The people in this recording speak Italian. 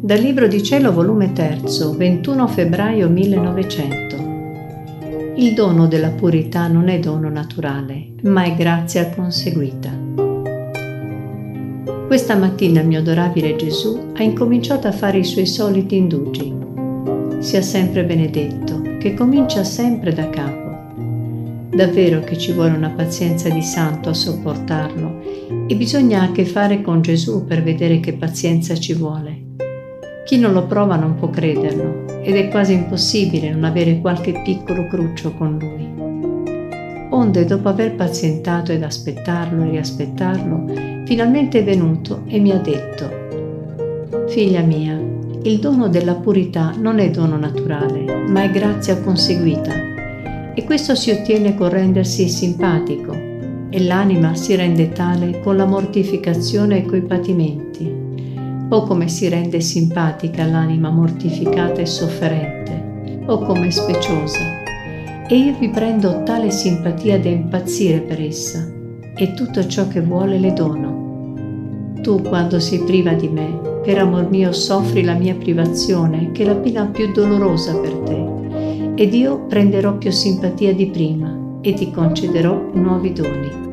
Dal Libro di Cielo, volume 3, 21 febbraio 1900. Il dono della purità non è dono naturale, ma è grazia conseguita. Questa mattina il mio adorabile Gesù ha incominciato a fare i suoi soliti indugi. Sia sempre benedetto, che comincia sempre da capo. Davvero che ci vuole una pazienza di santo a sopportarlo e bisogna a che fare con Gesù per vedere che pazienza ci vuole. Chi non lo prova non può crederlo ed è quasi impossibile non avere qualche piccolo cruccio con lui. Onde, dopo aver pazientato ed aspettarlo e riaspettarlo, finalmente è venuto e mi ha detto: «Figlia mia, il dono della purità non è dono naturale, ma è grazia conseguita, e questo si ottiene col rendersi simpatico, e l'anima si rende tale con la mortificazione e coi patimenti. O come si rende simpatica l'anima mortificata e sofferente, o come speciosa, e io vi prendo tale simpatia da impazzire per essa, e tutto ciò che vuole le dono. Tu, quando si priva di me, per amor mio soffri la mia privazione, che è la pena più dolorosa per te, ed io prenderò più simpatia di prima, e ti concederò nuovi doni.